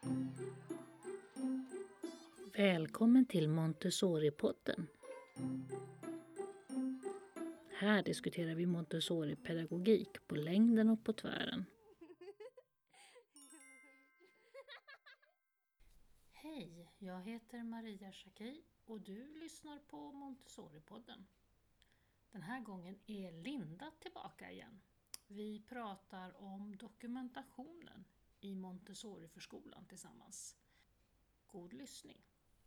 Välkommen till Montessori-podden. Här diskuterar vi Montessori-pedagogik på längden och på tvären. Hej, jag heter Maria Schacki och du lyssnar på Montessori-podden. Den här gången är Linda tillbaka igen. Vi pratar om dokumentationen i Montessori-förskolan tillsammans. God lyssning!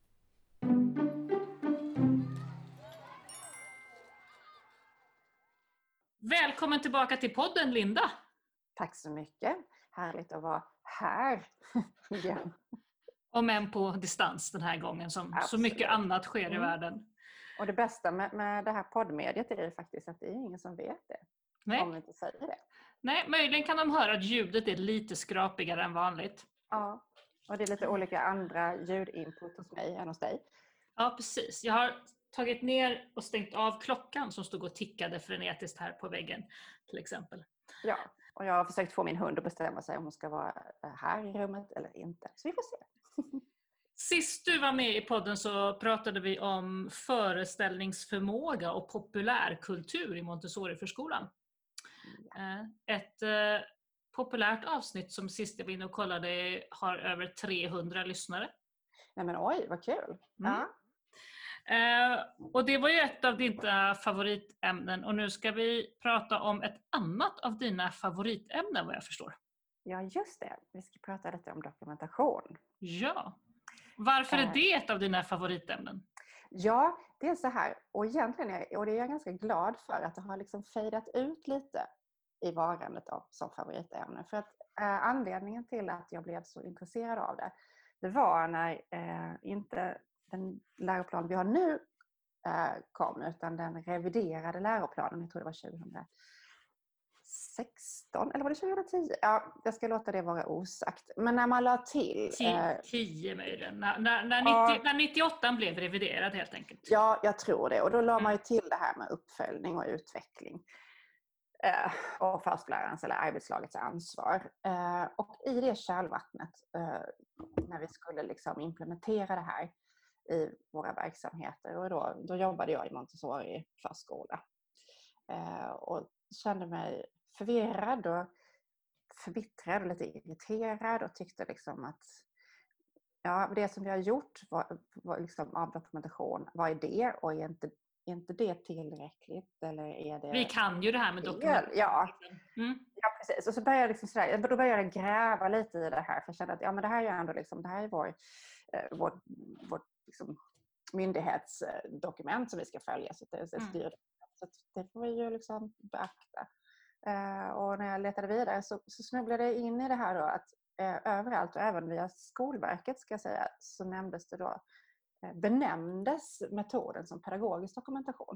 Välkommen tillbaka till podden, Linda! Tack så mycket. Härligt att vara här igen. Om än på distans den här gången, som Absolut. så mycket annat sker i världen. Och det bästa med det här poddmediet är ju faktiskt att det är ingen som vet det. Nej. Om vi inte säger det. Nej, möjligen kan de höra att ljudet är lite skrapigare än vanligt. Ja, och det är lite olika andra ljudinput hos mig än hos dig. Ja, precis. Jag har tagit ner och stängt av klockan som stod och tickade frenetiskt här på väggen, till exempel. Ja, och jag har försökt få min hund att bestämma sig om hon ska vara här i rummet eller inte. Så vi får se. Sist du var med i podden så pratade vi om föreställningsförmåga och populärkultur i Montessori-förskolan. Ett populärt avsnitt som sist jag var inne och kollade har över 300 lyssnare. Nej men oj, vad kul! Ja. Och det var ju ett av dina favoritämnen och nu ska vi prata om ett annat av dina favoritämnen, vad jag förstår. Ja, just det. Vi ska prata lite om dokumentation. Ja. Varför är det ett av dina favoritämnen? Ja, det är så här. Och egentligen och det är jag ganska glad för att det har liksom fejdat ut lite i varandet som favoritämne. För att anledningen till att jag blev så intresserad av det var när inte den läroplan vi har nu kom, utan den reviderade läroplanen, jag tror det var 2016, eller var det 2010? Ja, jag ska låta det vara osagt. Men när man la till... 10 möjligen. När 98 blev reviderad helt enkelt. Ja, jag tror det. Och då la man ju till det här med uppföljning och utveckling. Och förskollärarens eller arbetslagets ansvar. Och i det kärlvattnet, när vi skulle liksom implementera det här i våra verksamheter, och då jobbade jag i Montessori förskola. Och kände mig förvirrad och förbittrad och lite irriterad och tyckte liksom att det som vi har gjort var liksom av dokumentation, vad är det och är inte det tillräckligt, eller är det... Vi kan ju det här med dokumentation. Ja, ja precis. Och så började jag liksom då började jag gräva lite i det här, för jag kände att men det här är ju ändå liksom, det här är vårt liksom myndighetsdokument som vi ska följa, så det styr. Så det får vi ju liksom beakta. Och när jag letade vidare så snubblade jag in i det här då, att överallt och även via Skolverket ska jag säga, så nämndes det då, benämndes metoden som pedagogisk dokumentation.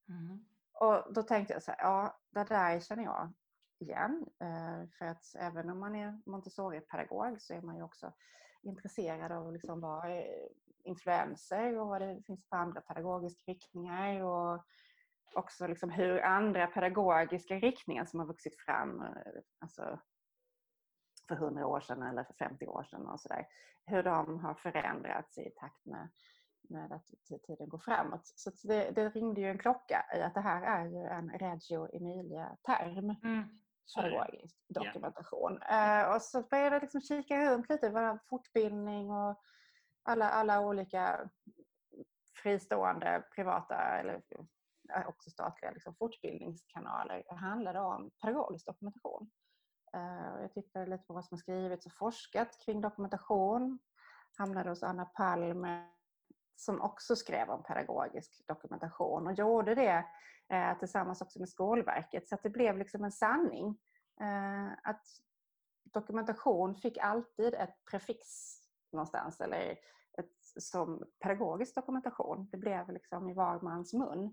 Och då tänkte jag så här, det där känner jag igen. För att även om man är Montessori-pedagog så är man ju också intresserad av liksom vad är influenser och vad det finns för andra pedagogiska riktningar, och också liksom hur andra pedagogiska riktningar som har vuxit fram, alltså för 100 år sedan eller för 50 år sedan och sådär, hur de har förändrats i takt med att tiden går framåt. Så det ringde ju en klocka i att det här är ju en Reggio Emilia-term, pedagogisk dokumentation. Och så började jag liksom kika runt lite vad fortbildning och alla olika fristående, privata eller också statliga liksom fortbildningskanaler handlade om pedagogisk dokumentation. Jag tittade lite på vad som har skrivits och forskat kring dokumentation. Hamnade hos Anna Palme som också skrev om pedagogisk dokumentation och gjorde det tillsammans också med Skolverket, så att det blev liksom en sanning att dokumentation fick alltid ett prefix någonstans, eller som pedagogisk dokumentation. Det blev liksom i var mans mun.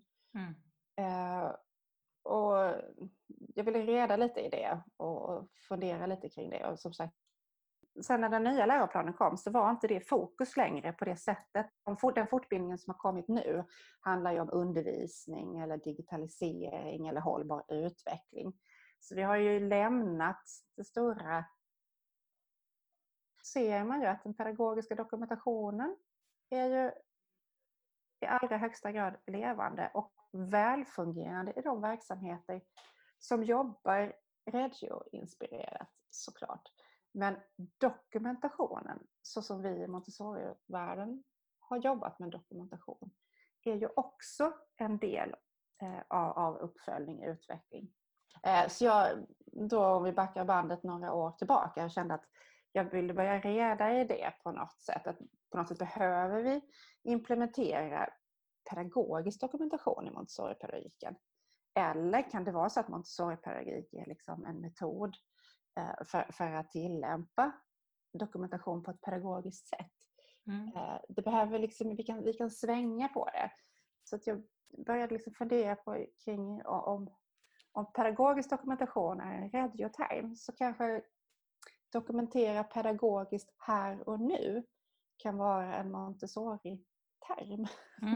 Och jag ville reda lite i det och fundera lite kring det. Och som sagt, sen när den nya läroplanen kom så var inte det fokus längre på det sättet. Den fortbildningen som har kommit nu handlar ju om undervisning eller digitalisering eller hållbar utveckling. Så vi har ju lämnat det stora ser man ju att den pedagogiska dokumentationen är ju i allra högsta grad levande och välfungerande i de verksamheter som jobbar regio-inspirerat såklart. Men dokumentationen, så som vi i Montessori-världen har jobbat med dokumentation, är ju också en del av uppföljning och utveckling. Så jag, då om vi backar bandet några år tillbaka, jag kände att jag ville börja reda i det på något sätt. Att på något sätt behöver vi implementera pedagogisk dokumentation i Montessori-pedagogiken. Eller kan det vara så att Montessori-pedagogik är liksom en metod för att tillämpa dokumentation på ett pedagogiskt sätt. Det behöver liksom, vi kan svänga på det. Så att jag började liksom fundera kring om pedagogisk dokumentation är en regio-term, så kanske dokumentera pedagogiskt här och nu kan vara en Montessori-term.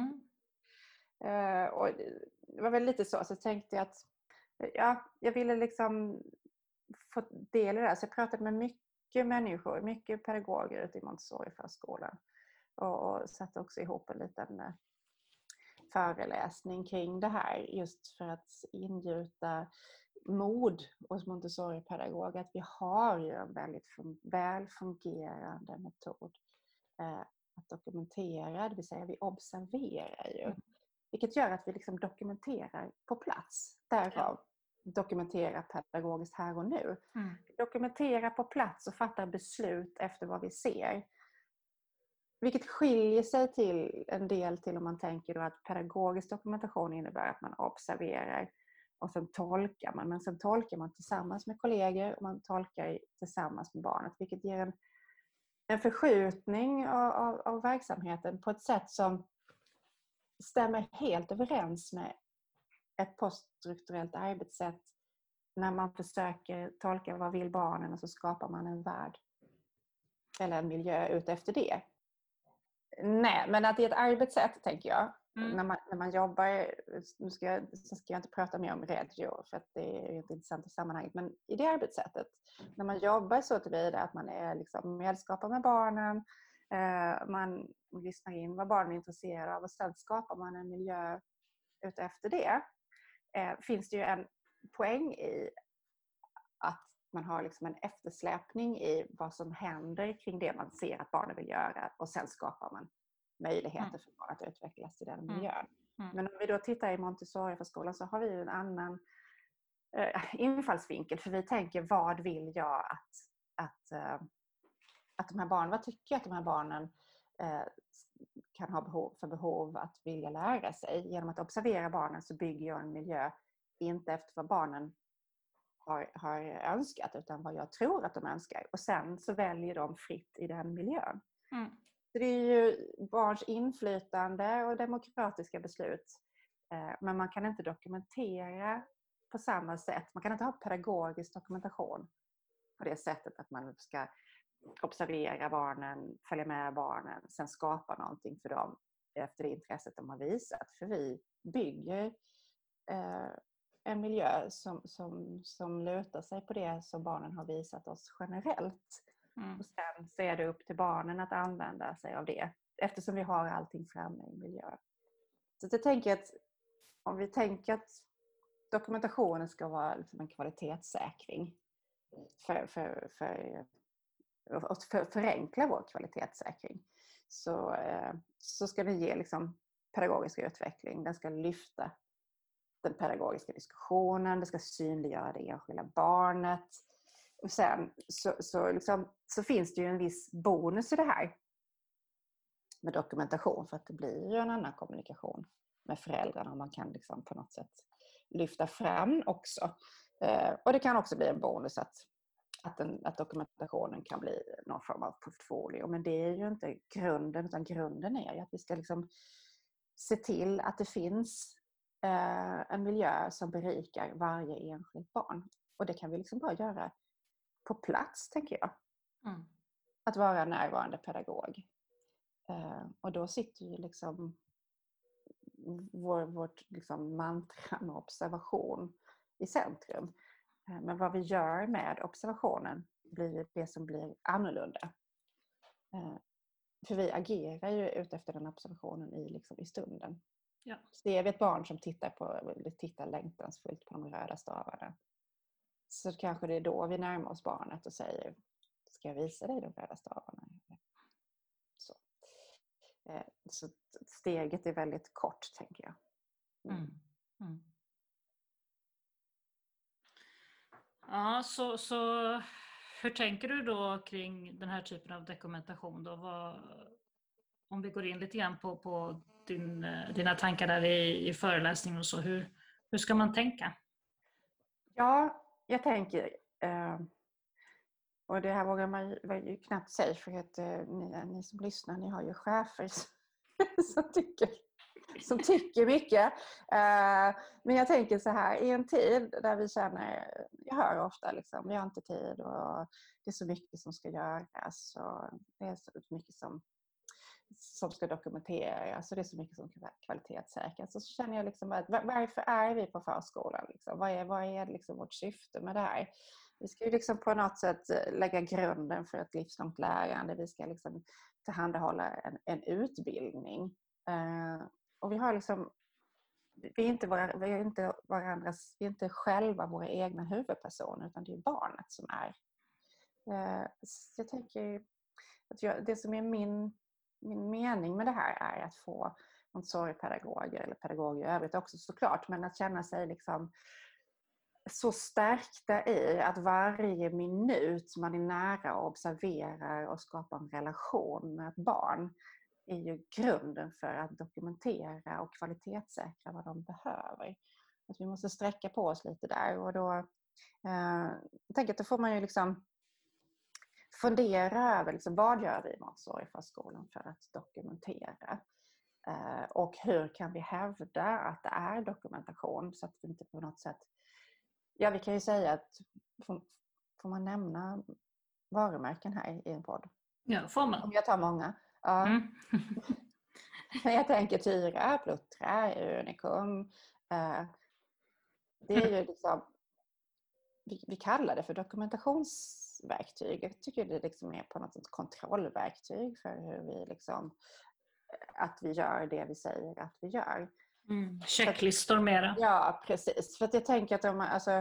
Och det var väl lite så tänkte jag att jag ville liksom få del i det här. Så jag pratade med mycket människor, mycket pedagoger ute i Montessori-förskolan. Och satte också ihop en liten föreläsning kring det här, just för att ingjuta mod hos Montessori-pedagoger att vi har ju en väldigt väl fungerande metod att dokumentera, det vill säga vi observerar ju. Vilket gör att vi liksom dokumenterar på plats. Därav dokumentera pedagogiskt här och nu. Dokumentera på plats och fatta beslut efter vad vi ser. Vilket skiljer sig till en del till om man tänker då att pedagogisk dokumentation innebär att man observerar och sen tolkar man. Men sen tolkar man tillsammans med kollegor och man tolkar tillsammans med barnet. Vilket ger en förskjutning av verksamheten på ett sätt som stämmer helt överens med ett poststrukturellt arbetssätt när man försöker tolka vad vill barnen och så skapar man en värld eller en miljö ut efter det. Nej, men att det är ett arbetssätt tänker jag. När man jobbar, nu ska jag inte prata mer om regio för att det är inte intressant i sammanhanget, men i det arbetssättet, när man jobbar så tillvida att man är liksom medskapare med barnen, man lyssnar in vad barnen är intresserade av och sen skapar man en miljö utefter det, finns det ju en poäng i att man har liksom en eftersläpning i vad som händer kring det man ser att barnen vill göra och sen skapar man möjligheter för barn att utvecklas i den miljön. Men om vi då tittar i Montessori-förskolan så har vi ju en annan infallsvinkel, för vi tänker vad vill jag att de här barnen, vad tycker jag att de här barnen kan ha behov att vilja lära sig. Genom att observera barnen så bygger jag en miljö inte efter vad barnen har önskat utan vad jag tror att de önskar. Och sen så väljer de fritt i den miljön. Så det är ju barns inflytande och demokratiska beslut. Men man kan inte dokumentera på samma sätt. Man kan inte ha pedagogisk dokumentation på det sättet att man ska observera barnen, följa med barnen, sen skapa någonting för dem efter det intresset de har visat. För vi bygger en miljö som lutar sig på det som barnen har visat oss generellt. Och sen så är det upp till barnen att använda sig av det, eftersom vi har allting framme i miljön. Så jag tänker att om vi tänker att dokumentationen ska vara liksom en kvalitetssäkring för förenkla vår kvalitetssäkring, så ska den ge liksom pedagogisk utveckling. Den ska lyfta den pedagogiska diskussionen, det ska synliggöra det enskilda barnet. Och sen så finns det ju en viss bonus i det här med dokumentation, för att det blir ju en annan kommunikation med föräldrarna och man kan liksom på något sätt lyfta fram också. Och det kan också bli en bonus att dokumentationen kan bli någon form av portfolio. Men det är ju inte grunden, utan grunden är ju att vi ska liksom se till att det finns en miljö som berikar varje enskilt barn. Och det kan vi liksom bara göra på plats, tänker jag. Att vara närvarande pedagog. Och då sitter ju liksom vårt liksom mantra med observation i centrum. Men vad vi gör med observationen blir det som blir annorlunda. För vi agerar ju ut efter den observationen i stunden. Ja. Ser vi ett barn som tittar längtansfullt på de röda stavarna, så kanske det är då vi närmar oss barnet och säger, ska jag visa dig de röda stavarna? Så steget är väldigt kort, tänker jag. Ja, så hur tänker du då kring den här typen av dokumentation då? Om vi går in lite grann på dina tankar där i föreläsningen och så, hur ska man tänka? Ja, jag tänker, och det här vågar man ju knappt säga, för att ni som lyssnar, ni har ju chefer som tycker mycket. Men jag tänker så här, i en tid där vi känner, jag hör ofta liksom, vi har inte tid och det är så mycket som ska göras och det är så mycket som ska dokumenteras och det är så mycket som kan kvalitetssäkras. Så känner jag liksom att varför är vi på förskolan? Liksom? Vad är liksom vårt syfte med det här? Vi ska ju liksom på något sätt lägga grunden för ett livslångt lärande. Vi ska liksom tillhandahålla en utbildning. Och vi har liksom, vi är inte själva våra egna huvudpersoner, utan det är barnet som är. Så jag tänker att det som är min mening med det här är att få Montessori-pedagoger eller pedagoger i övrigt också såklart, men att känna sig liksom så stärkta i att varje minut man är nära och observerar och skapar en relation med ett barn är ju grunden för att dokumentera och kvalitetssäkra vad de behöver. Att vi måste sträcka på oss lite där, och då jag tänker att då får man ju liksom fundera över liksom, vad gör vi i Montessori-förskolan för att dokumentera? Och hur kan vi hävda att det är dokumentation, så att vi inte på något sätt... Ja, vi kan ju säga att... Får man nämna varumärken här i en podd? Ja, får man. Om jag tar många. Ja. Jag tänker Tyra, Pluttra, Unicum. Det är ju liksom... Vi kallar det för dokumentationsverktyg. Jag tycker det liksom är på något sätt kontrollverktyg för hur vi liksom, att vi gör det vi säger att vi gör. Checklistor mera. Ja, precis. För att jag tänker att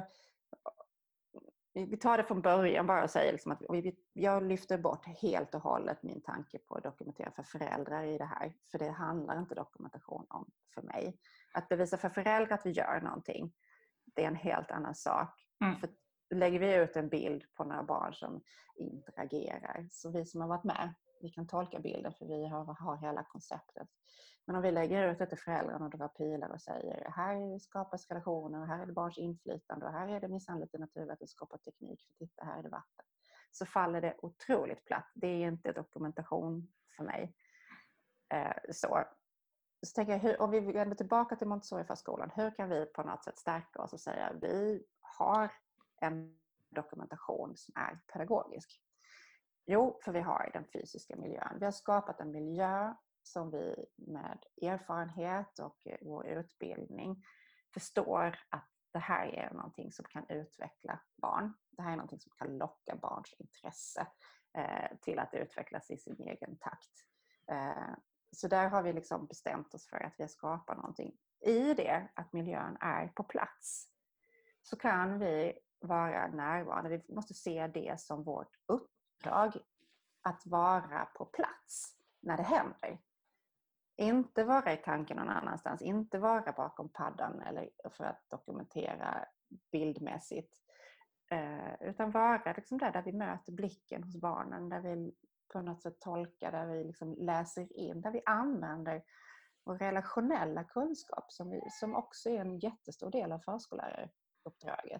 vi tar det från början bara och säger liksom att jag lyfter bort helt och hållet min tanke på att dokumentera för föräldrar i det här. För det handlar inte dokumentation om för mig. Att bevisa för föräldrar att vi gör någonting, det är en helt annan sak. För lägger vi ut en bild på några barn som interagerar, så vi som har varit med, vi kan tolka bilden för vi har hela konceptet. Men om vi lägger ut det till föräldrarna och drar pilar och säger här skapas relationer, och här är det barns inflytande, och här är det minsann lite naturvetenskap och teknik, för titta här är det vatten, så faller det otroligt platt. Det är inte dokumentation för mig. Så tänker jag, om vi vänder tillbaka till Montessori-förskolan, hur kan vi på något sätt stärka oss och säga vi har en dokumentation som är pedagogisk? Jo, för vi har den fysiska miljön. Vi har skapat en miljö som vi med erfarenhet och vår utbildning förstår att det här är någonting som kan utveckla barn. Det här är någonting som kan locka barns intresse till att utvecklas i sin egen takt. Så där har vi liksom bestämt oss för att vi skapar någonting. I det att miljön är på plats så kan vi vara närvarande. Vi måste se det som vårt uppdrag, att vara på plats när det händer. Inte vara i tanken någon annanstans, inte vara bakom paddan eller för att dokumentera bildmässigt. Utan vara liksom där vi möter blicken hos barnen, där vi på något sätt tolkar, där vi liksom läser in, där vi använder vår relationella kunskap som också är en jättestor del av förskolläraruppdraget.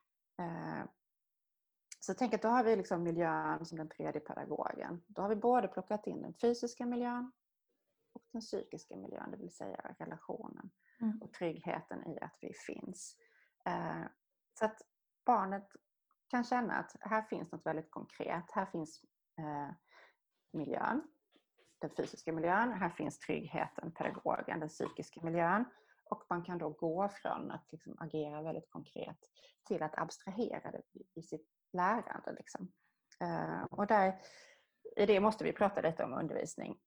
Så jag tänker att då har vi liksom miljön som den tredje pedagogen. Då har vi både plockat in den fysiska miljön och den psykiska miljön, det vill säga relationen och tryggheten i att vi finns. Så att barnet kan känna att här finns något väldigt konkret. Här finns miljön, den fysiska miljön. Här finns tryggheten, pedagogen, den psykiska miljön. Och man kan då gå från att liksom agera väldigt konkret till att abstrahera det i sitt lärande. Liksom. Och där i det måste vi prata lite om undervisning.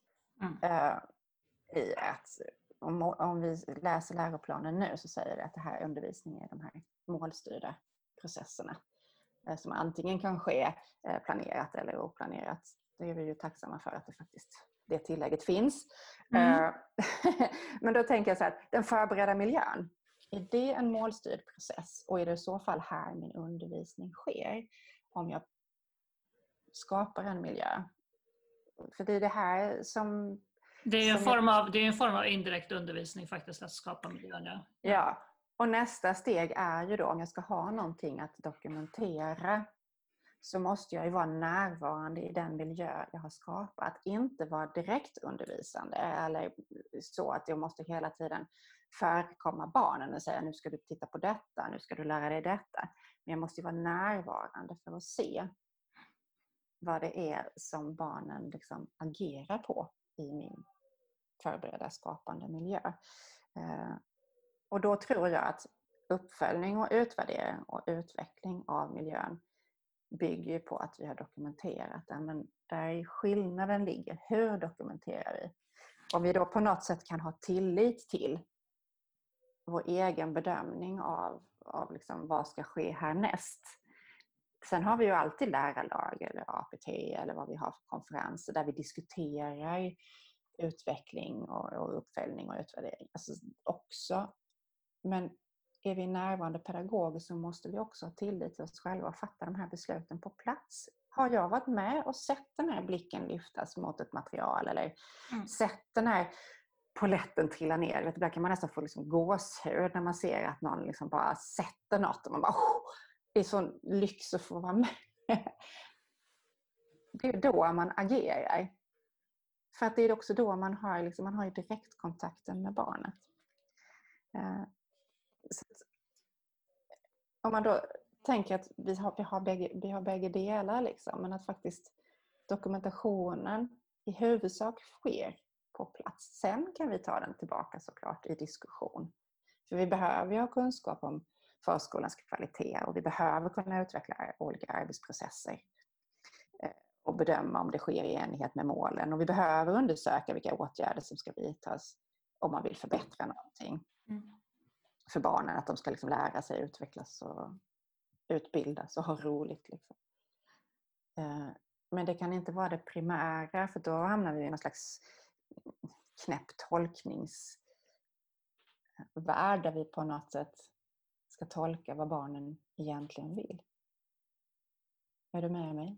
I att om vi läser läroplanen nu så säger det att det här undervisning är de här målstyrda processerna som antingen kan ske planerat eller oplanerat. Det är vi ju tacksamma för att det tillägget finns. Men då tänker jag så här, den förberedda miljön, är det en målstyrd process? Och är det i så fall här min undervisning sker? Om jag skapar en miljö. För det är det här som... Det är en form av indirekt undervisning faktiskt, att skapa miljön. Ja, och nästa steg är ju då, om jag ska ha någonting att dokumentera, så måste jag ju vara närvarande i den miljö jag har skapat. Inte vara direkt undervisande eller så att jag måste hela tiden förekomma barnen och säga nu ska du titta på detta, nu ska du lära dig detta. Men jag måste ju vara närvarande för att se vad det är som barnen liksom agerar på i min förberedda skapande miljö. Och då tror jag att uppföljning och utvärdering och utveckling av miljön bygger på att vi har dokumenterat den. Men där skillnaden ligger. Hur dokumenterar vi? Om vi då på något sätt kan ha tillit till vår egen bedömning av liksom vad ska ske härnäst. Sen har vi ju alltid lärarlag eller APT eller vad vi har för konferenser där vi diskuterar utveckling och uppföljning och utvärdering. Alltså också. Men är vi närvarande pedagoger så måste vi också ha tillit till oss själva och fatta de här besluten på plats. Har jag varit med och sett den här blicken lyftas mot ett material eller sett den här poletten trilla ner? Där kan man nästan få liksom gåshud när man ser att någon liksom bara sätter något och man bara det är sån lyx att få vara med. Det är då man agerar. För att det är också då man har ju direktkontakten med barnet. Så om man då tänker att vi har bägge delar liksom, men att faktiskt dokumentationen i huvudsak sker på plats. Sen kan vi ta den tillbaka såklart i diskussion. För vi behöver ju ha kunskap om förskolans kvalitet och vi behöver kunna utveckla olika arbetsprocesser och bedöma om det sker i enlighet med målen. Och vi behöver undersöka vilka åtgärder som ska vidtas om man vill förbättra någonting. För barnen, att de ska liksom lära sig utvecklas och utbildas och ha roligt. Liksom. Men det kan inte vara det primära, för då hamnar vi i någon slags knäpp tolkningsvärld där vi på något sätt ska tolka vad barnen egentligen vill. Är du med mig?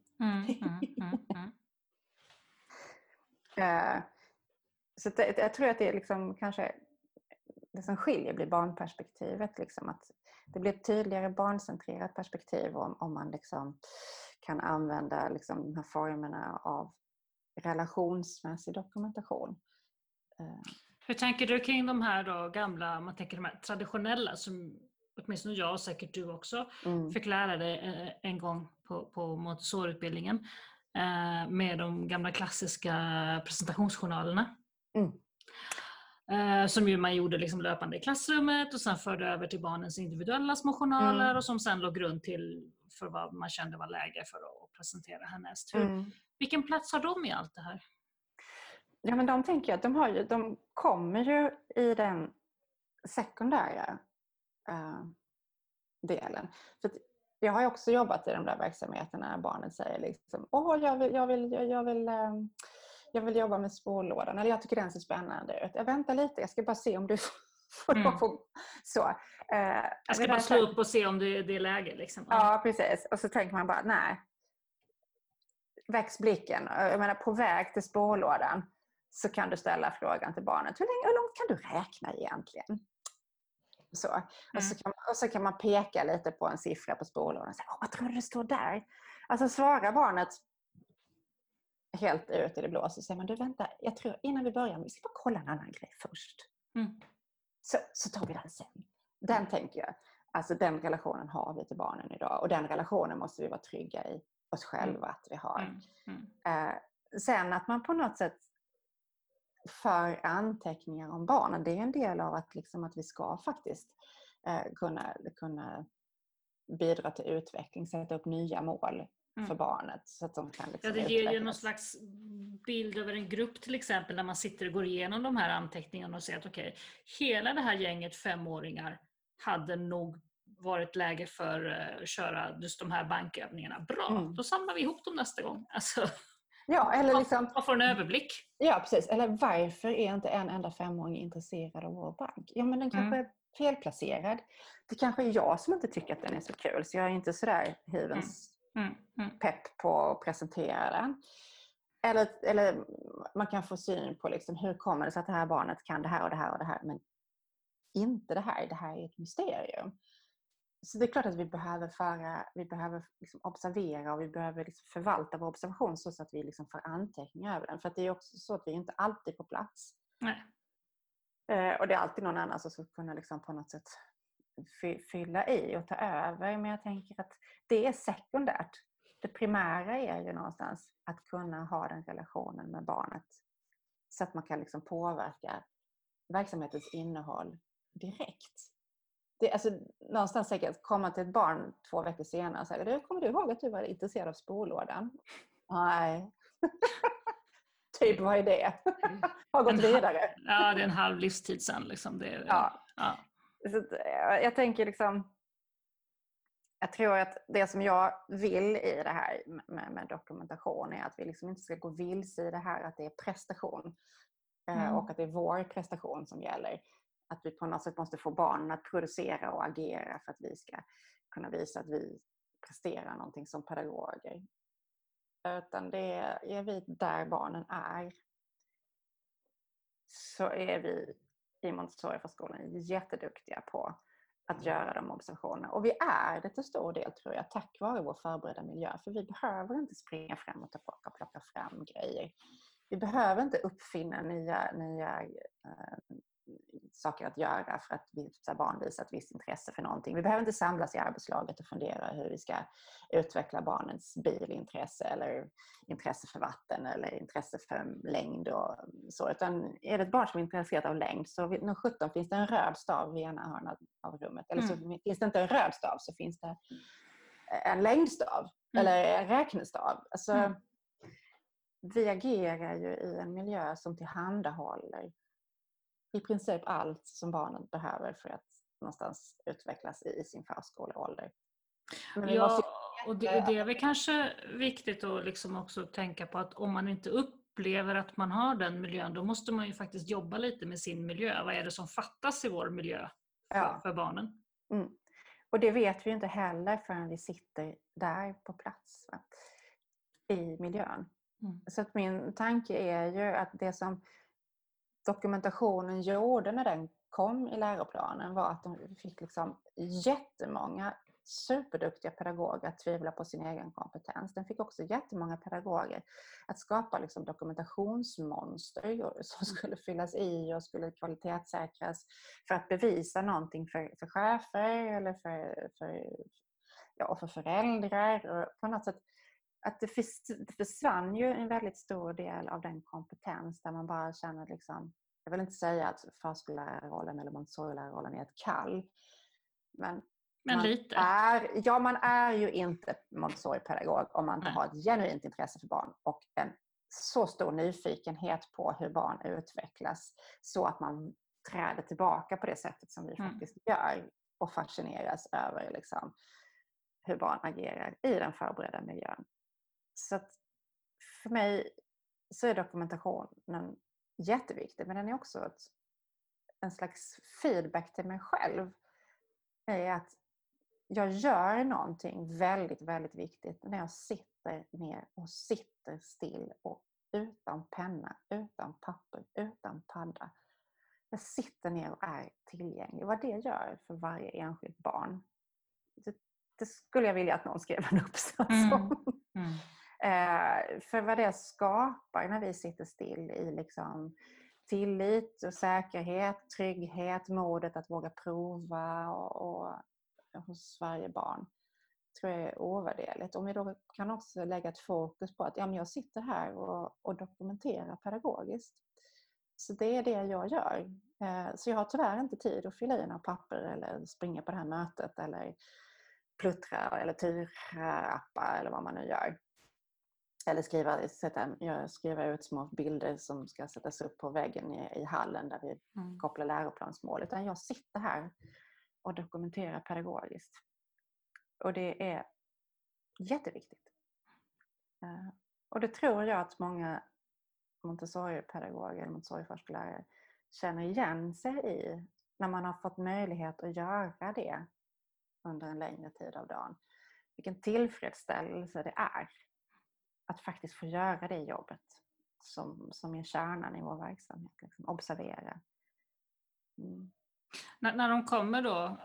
Så jag tror att det är liksom kanske det som skiljer blir barnperspektivet. Liksom, att det blir ett tydligare barncentrerat perspektiv om man liksom kan använda liksom de här formerna av relationsmässig dokumentation. Hur tänker du kring de här då gamla, man tänker de här traditionella som åtminstone jag och säkert du också fick lära dig en gång på Montessori-utbildningen med de gamla klassiska presentationsjournalerna. Som ju man gjorde liksom löpande i klassrummet och sen förde över till barnens individuella små journaler och som sen låg grund till för vad man kände var läge för att presentera härnäst. Vilken plats har de i allt det här? Ja, men de tänker jag att de kommer ju i den sekundära delen. För jag har ju också jobbat i de där verksamheterna när barnen säger liksom, jag vill jobba med spårlådan, eller jag tycker den ser spännande ut. Jag väntar lite, jag ska bara se om du får så. Jag ska bara slå upp och se om det är läge. Liksom. Ja, precis. Och så tänker man bara, nej. Väx blicken. Jag menar, på väg till spårlådan så kan du ställa frågan till barnet. Hur långt kan du räkna egentligen? Så. Och så kan man peka lite på en siffra på spårlådan och säga, vad tror du det står där? Alltså svarar barnet helt ut i det blå så säger man, du vänta, jag tror innan vi börjar, vi ska bara kolla en annan grej först. Så tar vi den sen. Den tänker jag, alltså den relationen har vi till barnen idag och den relationen måste vi vara trygga i oss själva att vi har. Sen att man på något sätt för anteckningar om barnen, det är en del av att, liksom, att vi ska faktiskt kunna bidra till utveckling, sätta upp nya mål för barnet. Så att de kan liksom det ger ju utvecklas. någon slags bild över en grupp till exempel, när man sitter och går igenom de här anteckningarna och säger att okej, hela det här gänget 5-åringar hade nog varit läge för att köra just de här bankövningarna. Bra, då samlar vi ihop dem nästa gång. Alltså, Ja, eller liksom, man får en överblick. Ja, precis. Eller varför är inte en enda 5-åring intresserad av vår bank? Ja, men den kanske är felplacerad. Det kanske är jag som inte tycker att den är så kul, så jag är inte sådär hyvens pepp på att presentera den. Eller man kan få syn på liksom, hur kommer det sig att det här barnet kan det här och det här och det här, men inte det här. Det här är ett mysterium. Så det är klart att vi behöver liksom observera, och vi behöver liksom förvalta vår observation så att vi liksom får anteckningar över den. För att det är också så att vi inte alltid är på plats. Nej. Och det är alltid någon annan som ska kunna liksom på något sätt fylla i och ta över. Men jag tänker att det är sekundärt. Det primära är ju någonstans att kunna ha den relationen med barnet. Så att man kan liksom påverka verksamhetens innehåll direkt. Det, alltså, någonstans säkert komma till ett barn 2 veckor senare och säga, kommer du ihåg att du var intresserad av spollådan? Nej. Typ, vad är det? Har gått vidare. Ja, det är en halv livstid sen. Liksom. Ja. Så, jag tänker liksom, jag tror att det som jag vill i det här med dokumentation är att vi liksom inte ska gå vilse i det här att det är prestation. Och att det är vår prestation som gäller. Att vi på något sätt måste få barnen att producera och agera för att vi ska kunna visa att vi presterar någonting som pedagoger. Utan det är vi där barnen är. Så är vi i Montessori-förskolan jätteduktiga på att göra de observationerna. Och vi är det till stor del, tror jag, tack vare vår förberedda miljö. För vi behöver inte springa fram och tillbaka och plocka fram grejer. Vi behöver inte uppfinna nya saker att göra för att barn visar ett visst intresse för någonting. Vi behöver inte samlas i arbetslaget och fundera hur vi ska utveckla barnens bilintresse eller intresse för vatten eller intresse för längd och så. Utan är det ett barn som är intresserat av längd, så när 17 finns det en röd stav vid ena hörnan av rummet. Eller så finns det inte en röd stav, så finns det en längdstav eller en räknestav. Alltså, vi agerar ju i en miljö som tillhandahåller i princip allt som barnen behöver för att någonstans utvecklas i sin förskoleålder. Och det är väl kanske viktigt att liksom också tänka på att om man inte upplever att man har den miljön, då måste man ju faktiskt jobba lite med sin miljö. Vad är det som fattas i vår miljö för barnen? Och det vet vi inte heller förrän vi sitter där på plats, i miljön. Så att min tanke är ju att det som dokumentationen gjorde när den kom i läroplanen var att de fick liksom jättemånga superduktiga pedagoger att tvivla på sin egen kompetens. Den fick också jättemånga pedagoger att skapa liksom dokumentationsmonster som skulle fyllas i och skulle kvalitetssäkras för att bevisa någonting för chefer eller för föräldrar. Och på något sätt att det försvann ju en väldigt stor del av den kompetens där man bara känner liksom, jag vill inte säga att förskollärarrollen eller Montessori-lärarrollen är ett kall. Men lite. Man är ju inte Montessori-pedagog om man inte har ett genuint intresse för barn och en så stor nyfikenhet på hur barn utvecklas så att man träder tillbaka på det sättet som vi faktiskt gör och fascineras över liksom, hur barn agerar i den förberedda miljön. Så att för mig så är dokumentationen jätteviktig, men den är också en slags feedback till mig själv. Är att jag gör någonting väldigt, väldigt viktigt när jag sitter ner och sitter still och utan penna, utan papper, utan padda. Jag sitter ner och är tillgänglig. Vad det gör för varje enskilt barn, det skulle jag vilja att någon skrev en uppsats om. För vad det skapar när vi sitter still i liksom tillit och säkerhet, trygghet, modet att våga prova och hos varje barn, tror jag är ovärderligt. Om vi då kan också lägga ett fokus på att jag sitter här och dokumenterar pedagogiskt. Så det är det jag gör. Så jag har tyvärr inte tid att fylla i några papper eller springa på det här mötet eller pluttra eller turappa eller vad man nu gör. Eller skriva ut små bilder som ska sättas upp på väggen i hallen där vi kopplar läroplansmål. Utan jag sitter här och dokumenterar pedagogiskt. Och det är jätteviktigt. Och det tror jag att många Montessori-pedagoger eller Montessori-förskollärare känner igen sig i när man har fått möjlighet att göra det under en längre tid av dagen. Vilken tillfredsställelse det är att faktiskt få göra det jobbet som är kärnan i vår verksamhet. Liksom, observera. När de kommer då,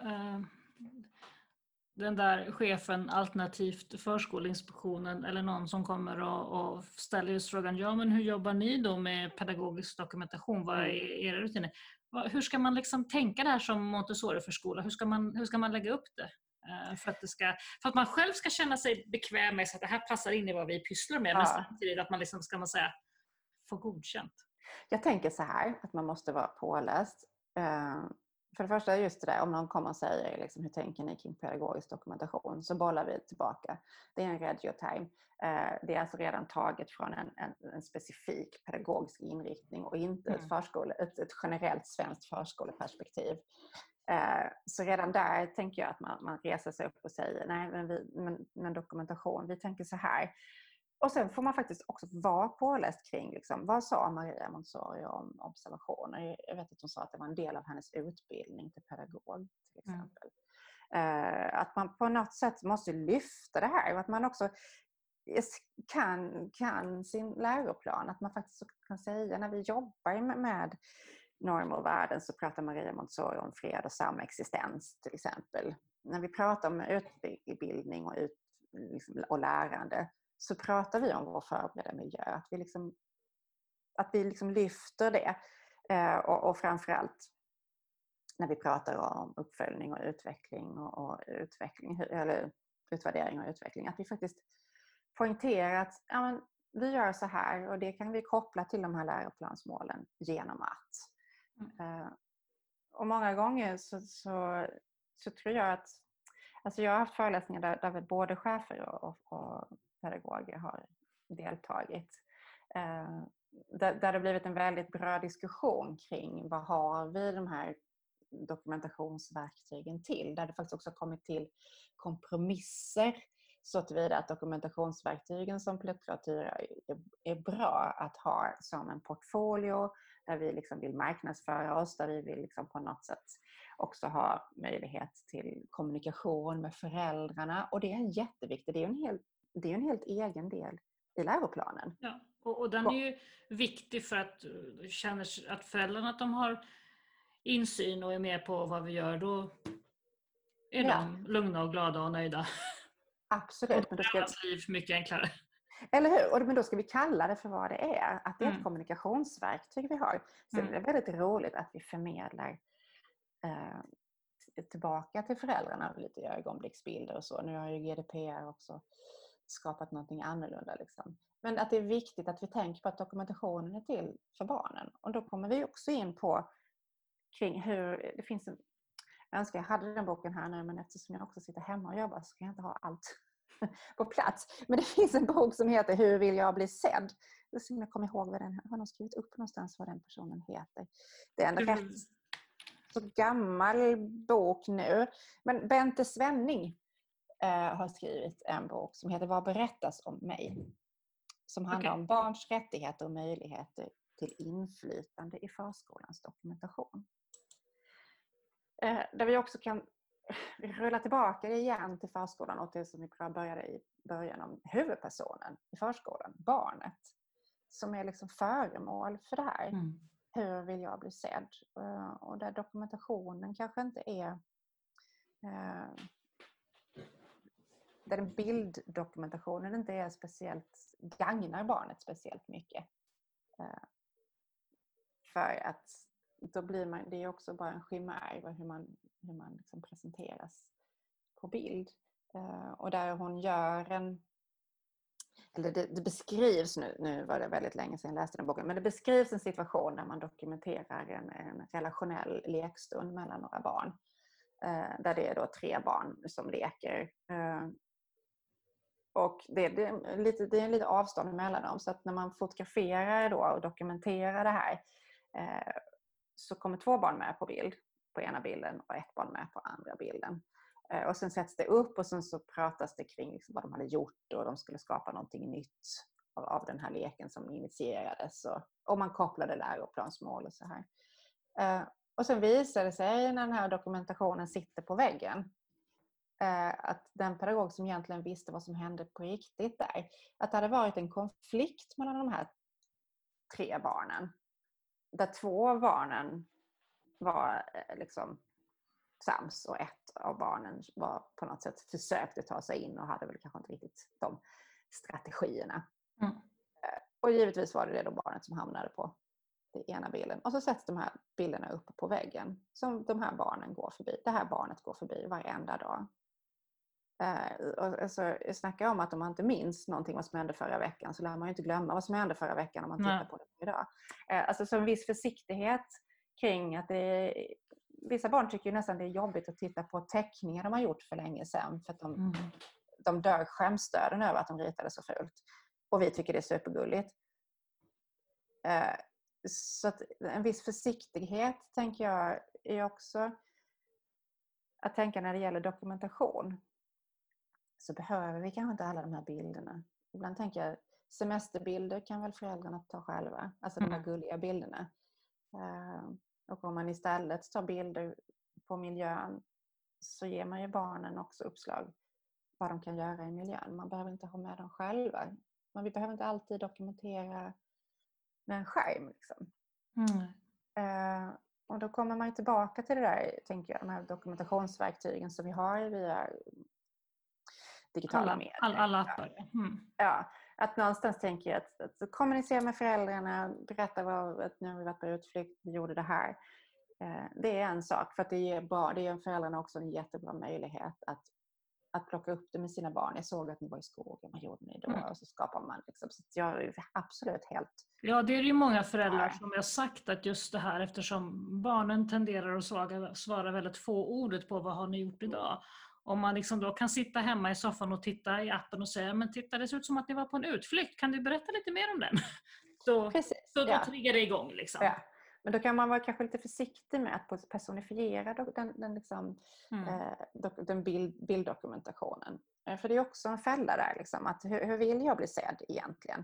den där chefen alternativt Förskolinspektionen eller någon som kommer och ställer just frågan, ja men hur jobbar ni då med pedagogisk dokumentation? Vad är era rutiner? Hur ska man liksom tänka det här som Montessori-förskola? Hur ska man lägga upp det? För att man själv ska känna sig bekväm med så att det här passar in i vad vi pysslar med. Men samtidigt att man liksom, ska man säga, få godkänt. Jag tänker så här, att man måste vara påläst. För det första just det där, om någon kommer och säger liksom, hur tänker ni kring pedagogisk dokumentation, så bollar vi tillbaka. Det är en regio-time. Det är alltså redan taget från en specifik pedagogisk inriktning och inte ett generellt svenskt förskoleperspektiv. Så redan där tänker jag att man reser sig upp och säger nej, men dokumentation, vi tänker så här. Och sen får man faktiskt också vara påläst kring liksom, vad sa Maria Montessori om observationer. Jag vet att hon sa att det var en del av hennes utbildning till pedagog till exempel. Att man på något sätt måste lyfta det här och att man också kan sin läroplan. Att man faktiskt kan säga när vi jobbar med normer och värden så pratar Maria Montessori om fred och samexistens till exempel. När vi pratar om utbildning och lärande så pratar vi om vår förberedda miljö. Att vi lyfter det. Och framförallt när vi pratar om uppföljning och utveckling och utvärdering och utveckling. Att vi faktiskt poängterar att vi gör så här och det kan vi koppla till de här läroplansmålen genom att. Och många gånger så tror jag att jag har haft föreläsningar där både chefer och pedagoger har deltagit. Där det blivit en väldigt bra diskussion kring vad har vi de här dokumentationsverktygen till. Där det faktiskt också kommit till kompromisser så tillvida att dokumentationsverktygen som pluttra och tyra är bra att ha som en portfolio där vi liksom vill marknadsföra oss, där vi vill liksom på något sätt också ha möjlighet till kommunikation med föräldrarna. Och det är jätteviktigt. Det är en helt egen del i läroplanen. Ja, och den är ju viktig för att känner att föräldrarna att de har insyn och är med på vad vi gör, då är de lugna och glada och nöjda. Absolut. Och då är deras liv mycket enklare. Eller hur? Men då ska vi kalla det för vad det är. Att det är ett kommunikationsverktyg vi har. Sen är det väldigt roligt att vi förmedlar tillbaka till föräldrarna lite ögonblicksbilder och så. Nu har ju GDPR också skapat någonting annorlunda. Liksom. Men att det är viktigt att vi tänker på att dokumentationen är till för barnen. Och då kommer vi också in på kring hur det finns jag önskar jag hade den boken här nu, men eftersom jag också sitter hemma och jobbar så kan jag inte ha allt på plats. Men det finns en bok som heter Hur vill jag bli sedd? Jag kommer ihåg vad den har nog skrivit upp någonstans vad den personen heter. Det är en rätt så gammal bok nu. Men Bente Svenning har skrivit en bok som heter Vad berättas om mig? Som handlar om barns rättigheter och möjligheter till inflytande i förskolans dokumentation. Där vi också kan rulla tillbaka det igen till förskolan och till som vi började i början om huvudpersonen i förskolan, barnet. Som är liksom föremål för det här. Hur vill jag bli sedd? Och där dokumentationen kanske inte är där den bilddokumentationen inte är speciellt gagnar barnet speciellt mycket. För att då blir det är också bara en chimär hur man liksom presenteras på bild. Och där hon gör eller det beskrivs nu var det väldigt länge sedan jag läste den boken, men det beskrivs en situation där man dokumenterar en relationell lekstund mellan några barn. där det är då 3 barn som leker. Och det är lite avstånd mellan dem, så att när man fotograferar då och dokumenterar det här så kommer 2 barn med på bild på ena bilden och 1 barn med på andra bilden. Och sen sätts det upp och sen så pratas det kring liksom vad de hade gjort och de skulle skapa någonting nytt av den här leken som initierades. Och man kopplade läroplansmål och så här. Och sen visar det sig när den här dokumentationen sitter på väggen att den pedagog som egentligen visste vad som hände på riktigt där, att det hade varit en konflikt mellan de här 3 barnen. Där 2 barnen var liksom sams och 1 av barnen var på något sätt försökte ta sig in och hade väl kanske inte riktigt de strategierna. Och givetvis var det då barnet som hamnade på den ena bilden. Och så sätts de här bilderna upp på väggen som de här barnen går förbi. Det här barnet går förbi varenda dag. Alltså, jag snackar om att om man inte minns någonting vad som hände förra veckan så lär man ju inte glömma vad som hände förra veckan om man tittar på det idag. Alltså så en viss försiktighet kring att vissa barn tycker ju nästan det är jobbigt att titta på teckningar de har gjort för länge sedan för att de dör skämsdöden över att de ritade så fult. Och vi tycker det är supergulligt. Så att en viss försiktighet tänker jag är också att tänka när det gäller dokumentation. Så behöver vi kanske inte alla de här bilderna. Ibland tänker jag semesterbilder kan väl föräldrarna ta själva. Alltså de här gulliga bilderna. Och om man istället tar bilder på miljön så ger man ju barnen också uppslag vad de kan göra i miljön. Man behöver inte ha med dem själva. Men vi behöver inte alltid dokumentera med en skärm. Liksom. Och då kommer man tillbaka till det där, tänker jag, de här dokumentationsverktygen som vi har via digitala medier. Alla appar. Ja, att någonstans tänker jag att kommunicera med föräldrarna, berätta att nu har vi varit på utflykt, vi gjorde det här. Det är en sak, för att det ger föräldrarna också en jättebra möjlighet att plocka upp det med sina barn. Jag såg att ni var i skogen, vad gjorde ni då? Och så skapar man liksom, så jag är absolut helt... Ja, det är ju många föräldrar som har sagt att just det här, eftersom barnen tenderar att svara väldigt fåordigt på vad har ni gjort idag. Om man liksom då kan sitta hemma i soffan och titta i appen och säga, men titta, det ser ut som att ni var på en utflykt, kan du berätta lite mer om den? Då triggar det igång liksom. Ja. Men då kan man vara kanske lite försiktig med att personifiera den bilddokumentationen. För det är också en fälla där. Liksom, att hur vill jag bli sedd egentligen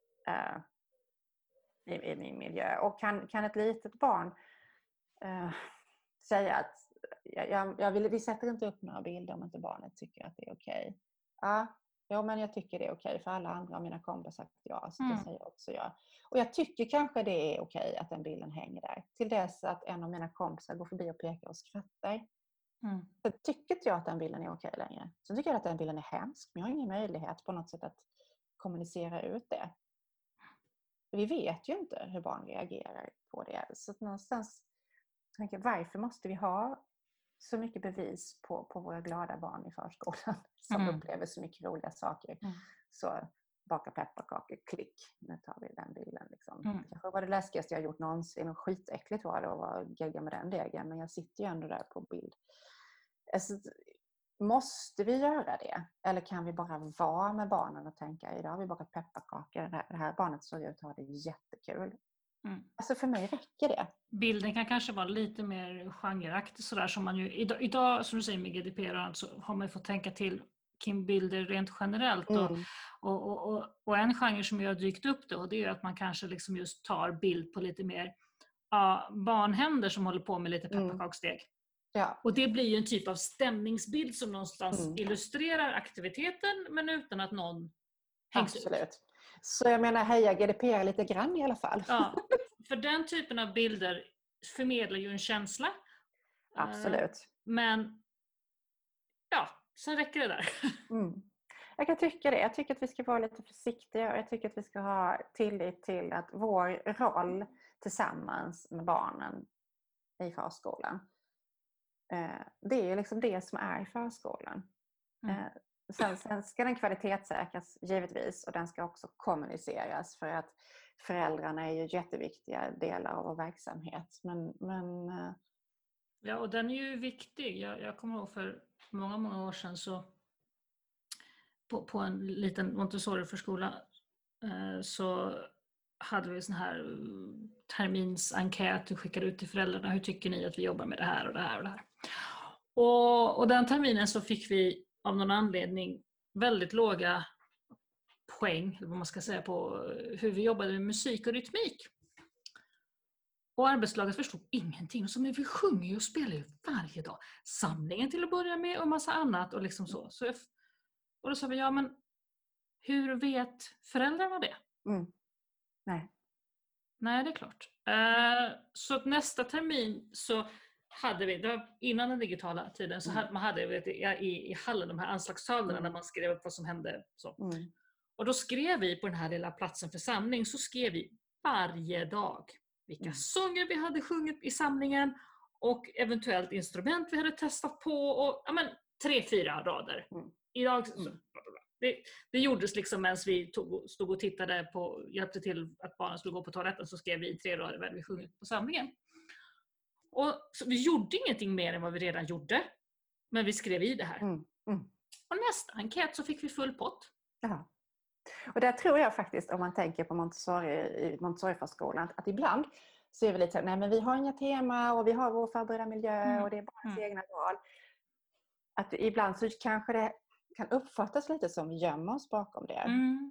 i min miljö? Och kan ett litet barn säga att vi sätter inte upp några bilder om inte barnet tycker att det är okej. Ja, men jag tycker det är okej för alla andra av mina kompisar sagt ja, så det säger också jag. Och jag tycker kanske det är okej att den bilden hänger där. Till dess att en av mina kompisar går förbi och pekar och skrattar. Så tycker inte jag att den bilden är okej längre. Så tycker jag att den bilden är hemsk. Men jag har ingen möjlighet på något sätt att kommunicera ut det. Vi vet ju inte hur barn reagerar på det. Så någonstans tänker jag, varför måste vi ha så mycket bevis på våra glada barn i förskolan som upplever så mycket roliga saker. Så baka pepparkakor, klick, nu tar vi den bilden. Liksom. Det kanske var det läskigaste jag gjort någonsin och skitäckligt var det att vara gegga med den degen, men jag sitter ju ändå där på bild. Alltså, måste vi göra det? Eller kan vi bara vara med barnen och tänka, idag har vi bakat pepparkakor, det här barnet såg ut att ha det jättekul. Alltså för mig räcker det. Bilden kan kanske vara lite mer genreaktig sådär som man ju idag som du säger med GDPR så har man ju fått tänka till kring bilder rent generellt och en genre som ju har dykt upp då, det är ju att man kanske liksom just tar bild på lite mer barnhänder som håller på med lite pepparkaksdeg. Ja. Och det blir ju en typ av stämningsbild som någonstans illustrerar aktiviteten men utan att någon hängs ut. Absolut. Så jag menar, heja GDPR lite grann i alla fall. Ja, för den typen av bilder förmedlar ju en känsla. Absolut. Men ja, sen räcker det där. Jag kan tycka det. Jag tycker att vi ska vara lite försiktiga och jag tycker att vi ska ha tillit till att vår roll tillsammans med barnen i förskolan, det är liksom det som är förskolan. Sen ska den kvalitetssäkras givetvis och den ska också kommuniceras för att föräldrarna är ju jätteviktiga delar av vår verksamhet. Men Ja, och den är ju viktig. Jag kommer ihåg för många år sedan så på en liten Montessori-förskola så hade vi sån här terminsenkät vi skickade ut till föräldrarna. Hur tycker ni att vi jobbar med det här och det här och det här? Och den terminen så fick vi av någon anledning väldigt låga poäng, eller vad man ska säga, på hur vi jobbade med musik och rytmik. Och arbetslaget förstod ingenting. Och så, men vi sjunger ju och spelar ju varje dag. Samlingen till att börja med och massa annat och liksom så. Och då sa vi, ja men hur vet föräldrarna det? Nej. Nej, det är klart. Så att nästa termin så hade vi, det var innan den digitala tiden, så man hade i hallen de här anslagstavlorna där man skrev upp vad som hände. Så. Och då skrev vi på den här lilla platsen för samling, så skrev vi varje dag vilka sånger vi hade sjungit i samlingen och eventuellt instrument vi hade testat på och 3-4 rader. Idag det gjordes liksom medan vi stod och tittade på, hjälpte till att barnen skulle gå på toaletten, så skrev vi 3 rader vad vi sjungit på samlingen. Och så vi gjorde ingenting mer än vad vi redan gjorde, men vi skrev i det här. Och nästa enkät så fick vi full pott. Ja. Och där tror jag faktiskt, om man tänker på Montessori-förskolan, att ibland så är vi lite så här, nej men vi har inga tema och vi har vår förberedda miljö och det är barnens egna val. Att ibland så kanske det kan uppfattas lite som vi gömmer oss bakom det.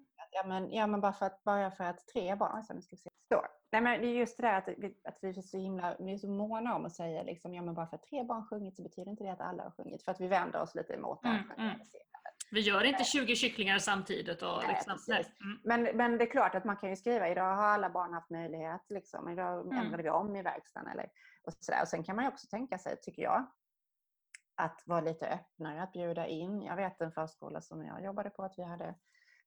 Ja men bara för att 3 barn, så nu ska vi se. Nej men det är just det där att vi är så måna om att säga liksom, ja men bara för att 3 barn sjungit så betyder inte det att alla har sjungit. För att vi vänder oss lite emot det här. Vi gör inte 20 kycklingar samtidigt. Och liksom, Men det är klart att man kan ju skriva, idag har alla barn haft möjlighet. Liksom, idag ändrade vi om i verkstaden. Och sen kan man ju också tänka sig, tycker jag, att vara lite öppnare, att bjuda in. Jag vet en förskola som jag jobbade på, att vi hade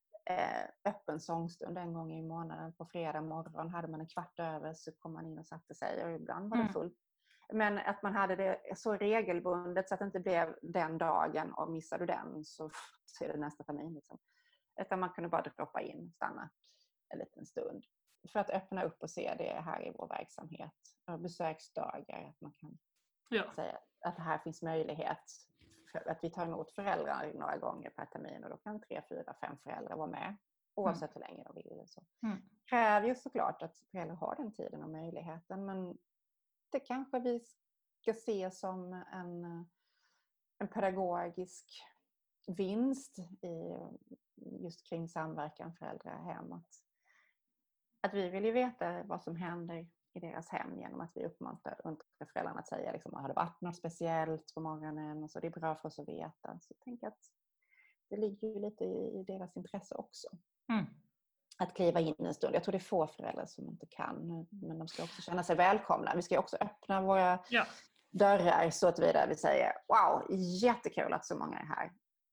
öppen sångstund en gång i månaden. På fredag morgon hade man 15:15 så kom man in och satte sig. Och ibland var det fullt. Men att man hade det så regelbundet så att det inte blev den dagen och missade du den så är det nästa termin. Liksom. Utan man kunde bara droppa in, stanna en liten stund. För att öppna upp och se det här i vår verksamhet. Och besöksdagar, att man kan säga att det här finns möjlighet. För att vi tar emot föräldrar några gånger per termin och då kan 3, 4, 5 föräldrar vara med. Oavsett hur länge de vill. Så. Kräver ju såklart att föräldrar har den tiden och möjligheten, men det kanske vi ska se som en pedagogisk vinst just kring samverkan föräldrar-hem. Att vi vill ju veta vad som händer i deras hem genom att vi uppmuntrar föräldrarna att säga liksom, har det varit något speciellt på morgonen och så, det är bra för oss att veta. Så jag tänker att det ligger ju lite i deras intresse också. Att kliva in en stund. Jag tror det är få föräldrar som inte kan, men de ska också känna sig välkomna. Vi ska också öppna våra dörrar så att vi säger, wow, jättekul att så många är här.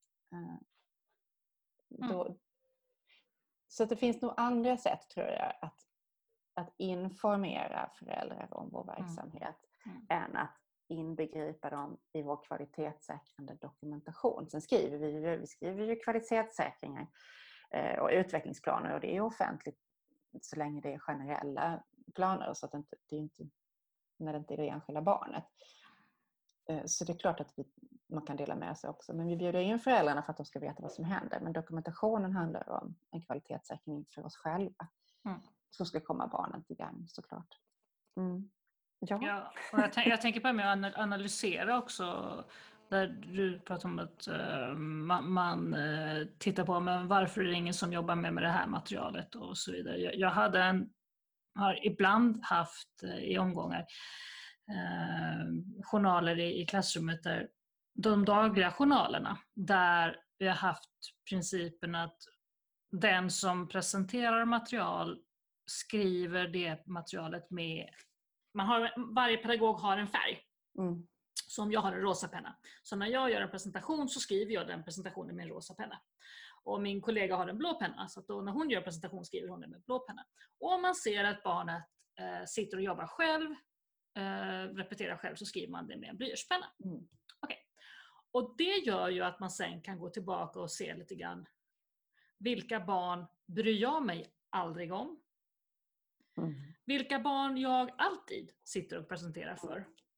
Så att det finns nog andra sätt, tror jag, att informera föräldrar om vår verksamhet än att inbegripa dem i vår kvalitetssäkrande dokumentation. Sen skriver vi kvalitetssäkringar och utvecklingsplaner, och det är offentligt så länge det är generella planer, så att det är inte när det inte är det enskilda barnet. Så det är klart att man kan dela med sig också, men vi bjuder in föräldrarna för att de ska veta vad som händer, men dokumentationen handlar om en kvalitetssäkring för oss själva som ska komma barnen till gagn, såklart. Ja, och jag tänker på det med att analysera också. Där du pratar om att man tittar på men varför är det ingen som jobbar med det här materialet och så vidare. Jag har ibland haft i omgångar journaler i klassrummet, där de dagliga journalerna, där vi har haft principen att den som presenterar material skriver det materialet med, varje pedagog har en färg. Som jag har en rosa penna. Så när jag gör en presentation så skriver jag den presentationen med en rosa penna. Och min kollega har en blå penna, så att då när hon gör presentation skriver hon den med blå penna. Och om man ser att barnet sitter och jobbar själv, repeterar själv, så skriver man det med en blyertspenna. Okay. Och det gör ju att man sen kan gå tillbaka och se lite grann, vilka barn bryr jag mig aldrig om? Vilka barn jag alltid sitter och presenterar för?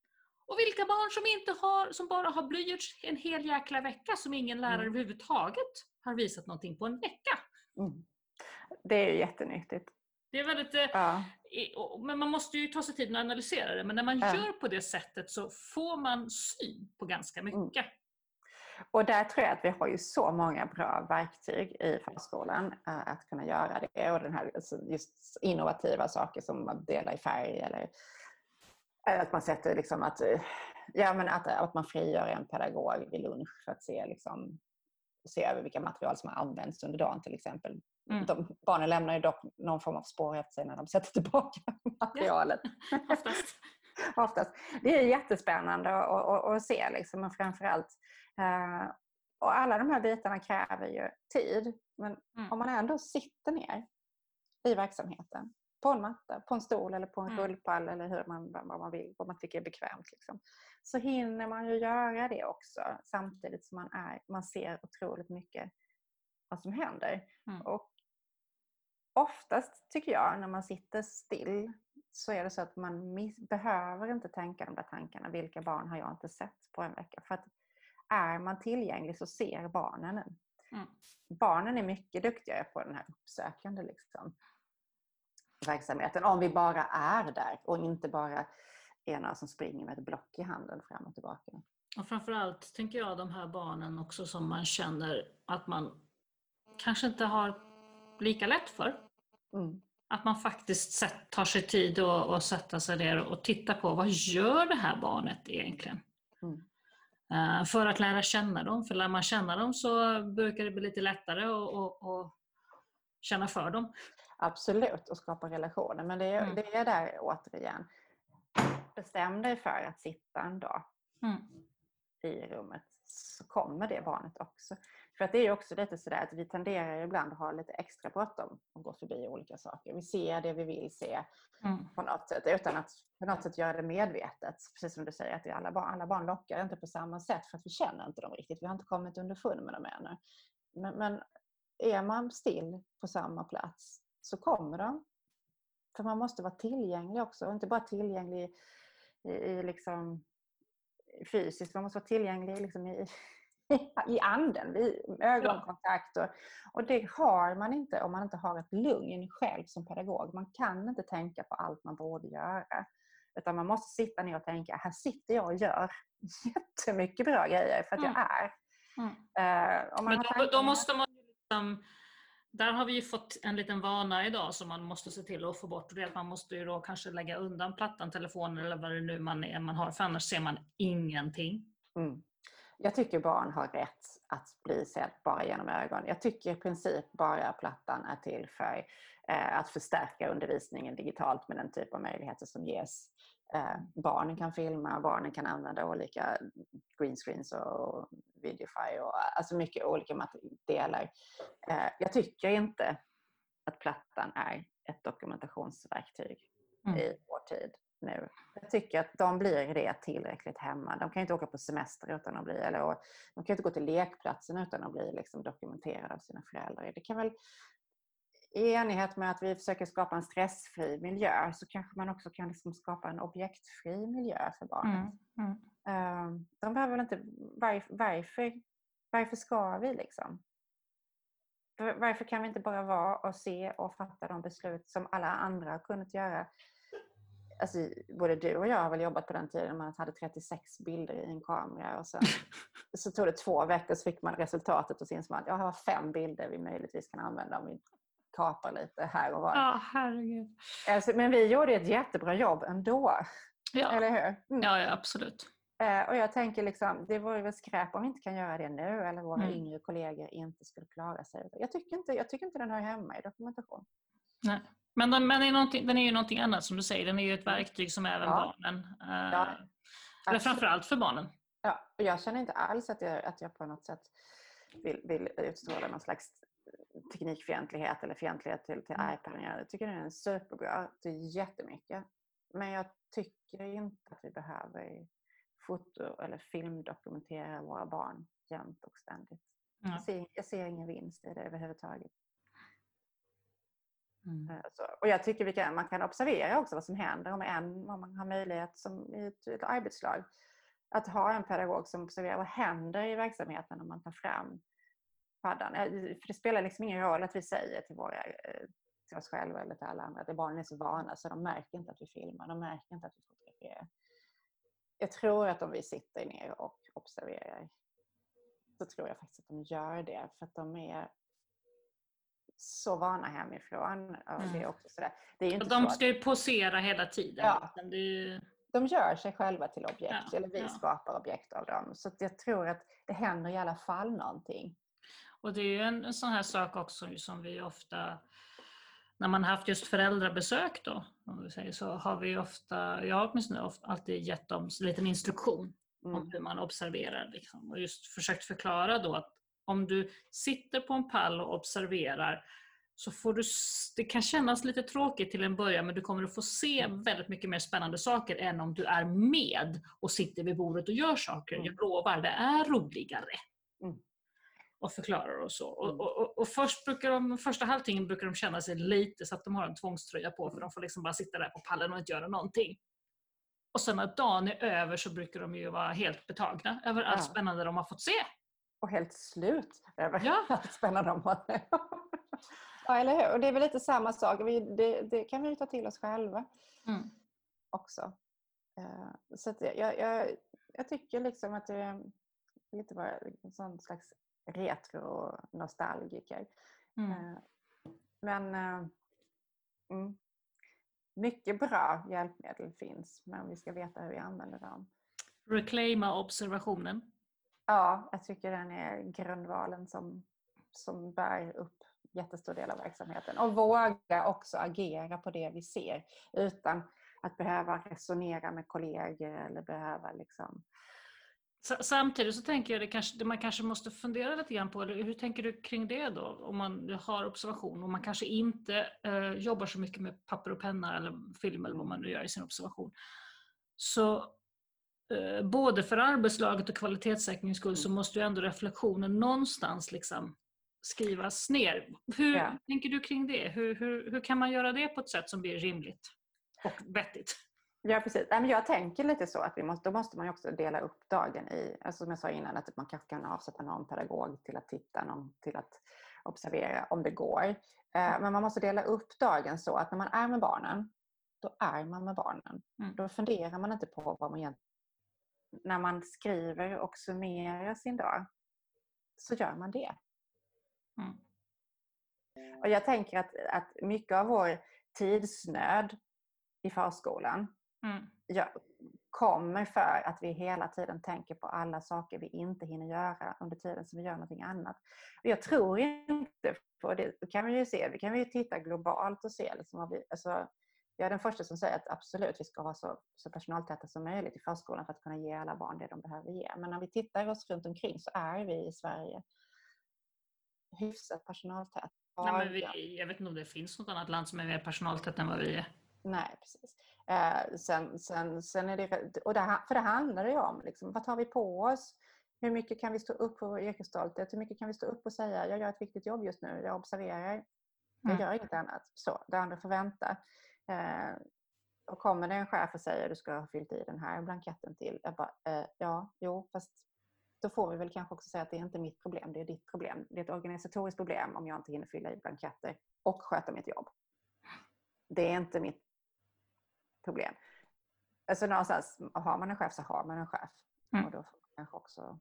Och vilka barn som bara har blyerts en hel jäkla vecka som ingen lärare överhuvudtaget har visat någonting på en vecka. Det är ju jättenyttigt. Det är väldigt, men man måste ju ta sig tid att analysera det. Men när man gör på det sättet så får man syn på ganska mycket. Och där tror jag att vi har ju så många bra verktyg i förskolan att kunna göra det. Och den här just innovativa saker som att dela i färg eller att man sätter liksom att man frigör en pedagog vid lunch för att se över vilka material som har använts under dagen till exempel. Barnen lämnar ju dock någon form av spår efter sig när de sätter tillbaka materialet. Ja, oftast. Det är jättespännande att se liksom, och framförallt och alla de här bitarna kräver ju tid. Men om man ändå sitter ner i verksamheten på en matta, på en stol eller på en rullpall eller vad man tycker är bekvämt liksom, så hinner man ju göra det också samtidigt som man ser otroligt mycket vad som händer. Och oftast tycker jag när man sitter still så är det så att man behöver inte tänka de där tankarna. Vilka barn har jag inte sett på en vecka? För att är man tillgänglig så ser barnen en. Barnen är mycket duktigare på den här uppsökande verksamheten. Om vi bara är där och inte bara är några som springer med ett block i handen fram och tillbaka. Och framförallt tänker jag de här barnen också som man känner att man kanske inte har lika lätt för. Att man faktiskt tar sig tid och sätta sig där och titta på vad gör det här barnet egentligen. För att lära känna dem. För lär man känna dem så brukar det bli lite lättare att känna för dem. Absolut, och skapa relationer. Men det är där återigen. Bestäm dig för att sitta en dag i rummet, så kommer det barnet också. För att det är ju också lite sådär att vi tenderar ibland att ha lite extra bråttom och gå förbi olika saker. Vi ser det vi vill se på något sätt utan att på något sätt göra det medvetet. Precis som du säger, att alla barn lockar inte på samma sätt för att vi känner inte dem riktigt. Vi har inte kommit underfund med dem ännu. Men är man still på samma plats så kommer de. För man måste vara tillgänglig också. Och inte bara tillgänglig i liksom fysiskt. Man måste vara tillgänglig liksom i anden. I ögonkontakt. Och det har man inte om man inte har ett lugn själv som pedagog. Man kan inte tänka på allt man borde göra. Utan man måste sitta ner och tänka. Här sitter jag och gör jättemycket bra grejer för att jag är. Men då måste man liksom... Där har vi ju fått en liten vana idag som man måste se till att få bort. Och det är att man måste ju då kanske lägga undan plattan, telefonen eller vad det nu man har. För annars ser man ingenting. Jag tycker barn har rätt att bli sedd bara genom ögon. Jag tycker i princip bara plattan är till för att förstärka undervisningen digitalt med den typ av möjligheter som ges. Barnen kan filma, barnen kan använda olika greenscreens och videofy och alltså mycket olika delar. Jag tycker inte att plattan är ett dokumentationsverktyg i vår tid nu. Jag tycker att de blir det tillräckligt hemma. De kan inte åka på semester utan att bli, eller de kan inte gå till lekplatsen utan att bli liksom dokumenterade av sina föräldrar. Det kan väl i enighet med att vi försöker skapa en stressfri miljö så kanske man också kan liksom skapa en objektfri miljö för barnet. De behöver väl inte... Varför ska vi liksom? Varför kan vi inte bara vara och se och fatta de beslut som alla andra har kunnat göra? Alltså, både du och jag har väl jobbat på den tiden när man hade 36 bilder i en kamera och sen så tog det 2 veckor så fick man resultatet och sen så man jag har 5 bilder vi möjligtvis kan använda om vi kapar lite här och var. Ja, herregud. Alltså, men vi gjorde ett jättebra jobb ändå. Ja. Eller hur? Ja, absolut. Och jag tänker liksom, det vore väl skräp om vi inte kan göra det nu eller våra yngre kollegor inte skulle klara sig. Jag tycker inte den hör hemma i dokumentation. Nej. Men den är ju någonting annat som du säger. Den är ju ett verktyg som även barnen. Eller framförallt för barnen. Ja, och jag känner inte alls att jag på något sätt vill utstråla någon slags teknikfientlighet eller fientlighet till iPaden. Jag tycker den är superbra. Det är jättemycket. Men jag tycker inte att vi behöver foto- eller filmdokumentera våra barn jämt och ständigt. Jag ser ingen vinst i det överhuvudtaget. Och jag tycker man kan observera också vad som händer om man har möjlighet som i ett arbetslag att ha en pedagog som observerar vad händer i verksamheten om man tar fram paddan. För det spelar liksom ingen roll att vi säger till oss själva eller till alla andra att barnen är så vana så de märker inte att vi filmar, de märker inte att vi fotograferar. Jag tror att om vi sitter ner och observerar så tror jag faktiskt att de gör det för att de är så vana hemifrån. Och det är också sådär. Det är inte de så ska ju posera hela tiden. Ja. Det är ju... De gör sig själva till objekt, eller vi skapar objekt av dem. Så jag tror att det händer i alla fall någonting. Och det är ju en sån här sak också som vi ofta, när man har haft just föräldrabesök då, om vi säger så, har vi ofta, jag har åtminstone alltid gett dem en liten instruktion om hur man observerar. Liksom. Och just försökt förklara då att om du sitter på en pall och observerar så får du, det kan kännas lite tråkigt till en början men du kommer att få se väldigt mycket mer spännande saker än om du är med och sitter vid bordet och gör saker. Jag lovar, det är roligare. Och förklarar och så. Och första halvtimmen brukar de känna sig lite så att de har en tvångströja på för de får liksom bara sitta där på pallen och inte göra någonting. Och sen när dagen är över så brukar de ju vara helt betagna över allt spännande de har fått se. Och helt slut över allt spännande de har. Ja, eller hur? Och det är väl lite samma sak. Det kan vi ju ta till oss själva också. Så att jag tycker liksom att det är lite bara en sån slags retro-nostalgiker. Men mycket bra hjälpmedel finns, men vi ska veta hur vi använder dem. Reclaima observationen. Ja, jag tycker den är grundvalen som bär upp jättestor del av verksamheten. Och våga också agera på det vi ser utan att behöva resonera med kollegor eller behöva liksom... Samtidigt så tänker jag man kanske måste fundera lite grann på, hur tänker du kring det då? Om man har observation och man kanske inte jobbar så mycket med papper och penna eller film eller vad man nu gör i sin observation. Så både för arbetslaget och kvalitetssäkringens skull så måste ju ändå reflektionen någonstans liksom skrivas ner. Hur tänker du kring det? Hur kan man göra det på ett sätt som blir rimligt och vettigt? Ja, precis. Jag tänker lite så att då måste man ju också dela upp dagen i, alltså som jag sa innan, att man kanske kan avsätta någon pedagog till att titta, någon till att observera om det går. Men man måste dela upp dagen så att när man är med barnen, då är man med barnen. Då funderar man inte på vad man egentligen... När man skriver och summerar sin dag så gör man det. Och jag tänker att mycket av vår tidsnöd i förskolan kommer för att vi hela tiden tänker på alla saker vi inte hinner göra under tiden som vi gör någonting annat. Och jag tror inte på det. Det kan vi ju se. Vi kan ju titta globalt och se liksom jag är den första som säger att absolut vi ska vara så personaltäta som möjligt i förskolan för att kunna ge alla barn det de behöver ge. Men när vi tittar oss runt omkring så är vi i Sverige hyfsat personaltäta. Nej, men jag vet inte om det finns något annat land som är mer personaltätt än vad vi är. Nej, precis. Sen är det, för det handlar ju om liksom, vad tar vi på oss? Hur mycket kan vi stå upp för vår yrkesstolthet? Hur mycket kan vi stå upp och säga jag gör ett viktigt jobb just nu, jag observerar, jag gör inget annat. Så, det andra får vänta. Och kommer det en chef och säger du ska ha fyllt i den här blanketten till. Jag bara, fast då får vi väl kanske också säga att det är inte mitt problem, det är ditt problem. Det är ett organisatoriskt problem om jag inte hinner fylla i blanketter och sköta mitt jobb. Det är inte mitt problem. Alltså någonstans, har man en chef så har man en chef. Och då får man kanske också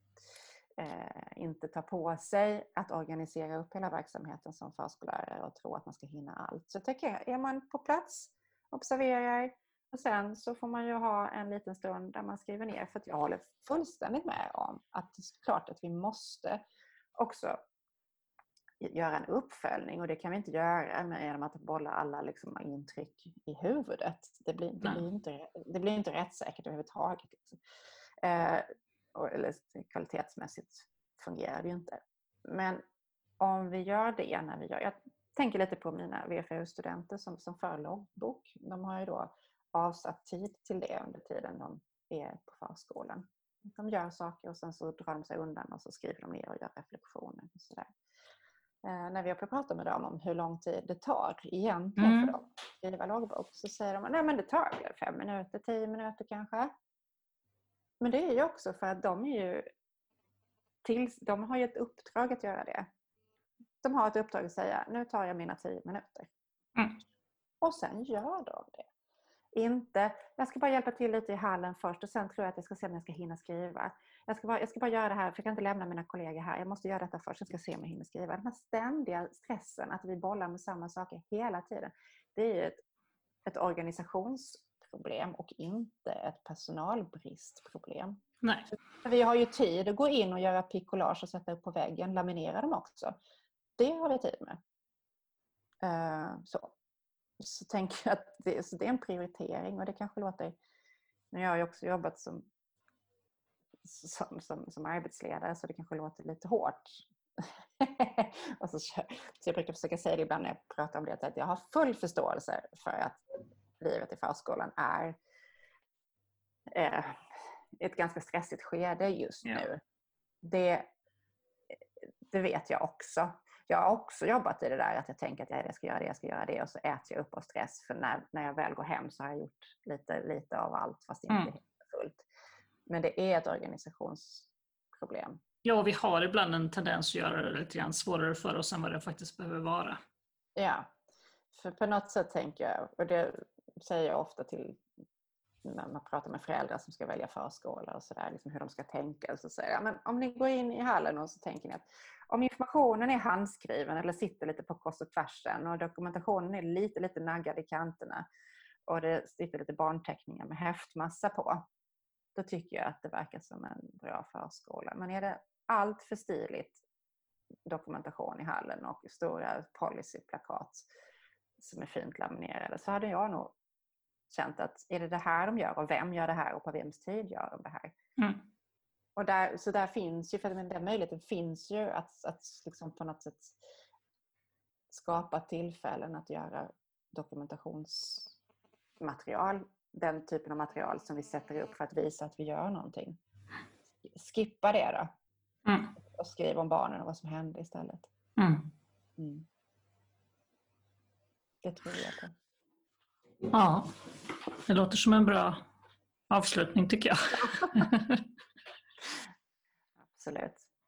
inte ta på sig att organisera upp hela verksamheten som förskollärare och tro att man ska hinna allt. Så jag tänker, är man på plats, observerar och sen så får man ju ha en liten stund där man skriver ner. För att jag håller fullständigt med om att det är klart att vi måste också göra en uppföljning och det kan vi inte göra genom att bolla alla liksom intryck i huvudet. Det blir inte rättssäkert överhuvudtaget. Liksom. Eller kvalitetsmässigt fungerar det ju inte. Men om vi gör det jag tänker lite på mina VFU-studenter som för loggbok. De har ju då avsatt tid till det under tiden de är på förskolan. De gör saker och sen så drar de sig undan och så skriver de ner och gör reflektioner och sådär. när vi har pratat med dem om hur lång tid det tar egentligen för dem att skriva loggbok, så säger de nej men det tar 5 minuter, 10 minuter kanske. Men det är ju också för att de har ju ett uppdrag att göra det. De har ett uppdrag att säga, nu tar jag mina 10 minuter. Och sen gör de det. Inte, jag ska bara hjälpa till lite i hallen först och sen tror jag att jag ska se om jag ska hinna skriva. Jag ska bara göra det här för jag kan inte lämna mina kollegor här. Jag måste göra detta först, jag ska se om jag hinner skriva. Den här ständiga stressen, att vi bollar med samma saker hela tiden. Det är ju ett organisationsproblem och inte ett personalbristproblem. Nej. Vi har ju tid att gå in och göra picolage och sätta upp på väggen, laminera dem också. Det har vi tid med. Så tänker jag att det är en prioritering och det kanske låter, när jag har ju också jobbat som arbetsledare så det kanske låter lite hårt. Och så jag brukar försöka säga det ibland när jag pratar om det, att jag har full förståelse för att livet i förskolan är ett ganska stressigt skede just nu. Det vet jag också. Jag har också jobbat i det där att jag tänker att jag ska göra det och så äter jag upp av stress för när jag väl går hem så har jag gjort lite av allt fast inte helt fullt. Men det är ett organisationsproblem. Ja, vi har ibland en tendens att göra det lite grann svårare för oss än vad det faktiskt behöver vara. Ja, för på något sätt tänker jag, och det säger jag ofta till när man pratar med föräldrar som ska välja förskola och sådär, liksom hur de ska tänka. Så säger jag, men om ni går in i hallen och så tänker ni att om informationen är handskriven eller sitter lite på kors och tvärsen och dokumentationen är lite naggad i kanterna och det sitter lite barnteckningar med häftmassa på, då tycker jag att det verkar som en bra förskola. Men är det allt för stiligt dokumentation i hallen och stora policyplakat som är fint laminerade, så hade jag nog känt att är det här de gör och vem gör det här och på vems tid gör de det här. Och där finns ju, för den möjligheten finns ju att liksom på något sätt skapa tillfällen att göra dokumentationsmaterial, den typen av material som vi sätter upp för att visa att vi gör någonting. Skippa det då. Och skriv om barnen och vad som hände istället. Det tror jag på. Ja, det låter som en bra avslutning tycker jag. Absolut.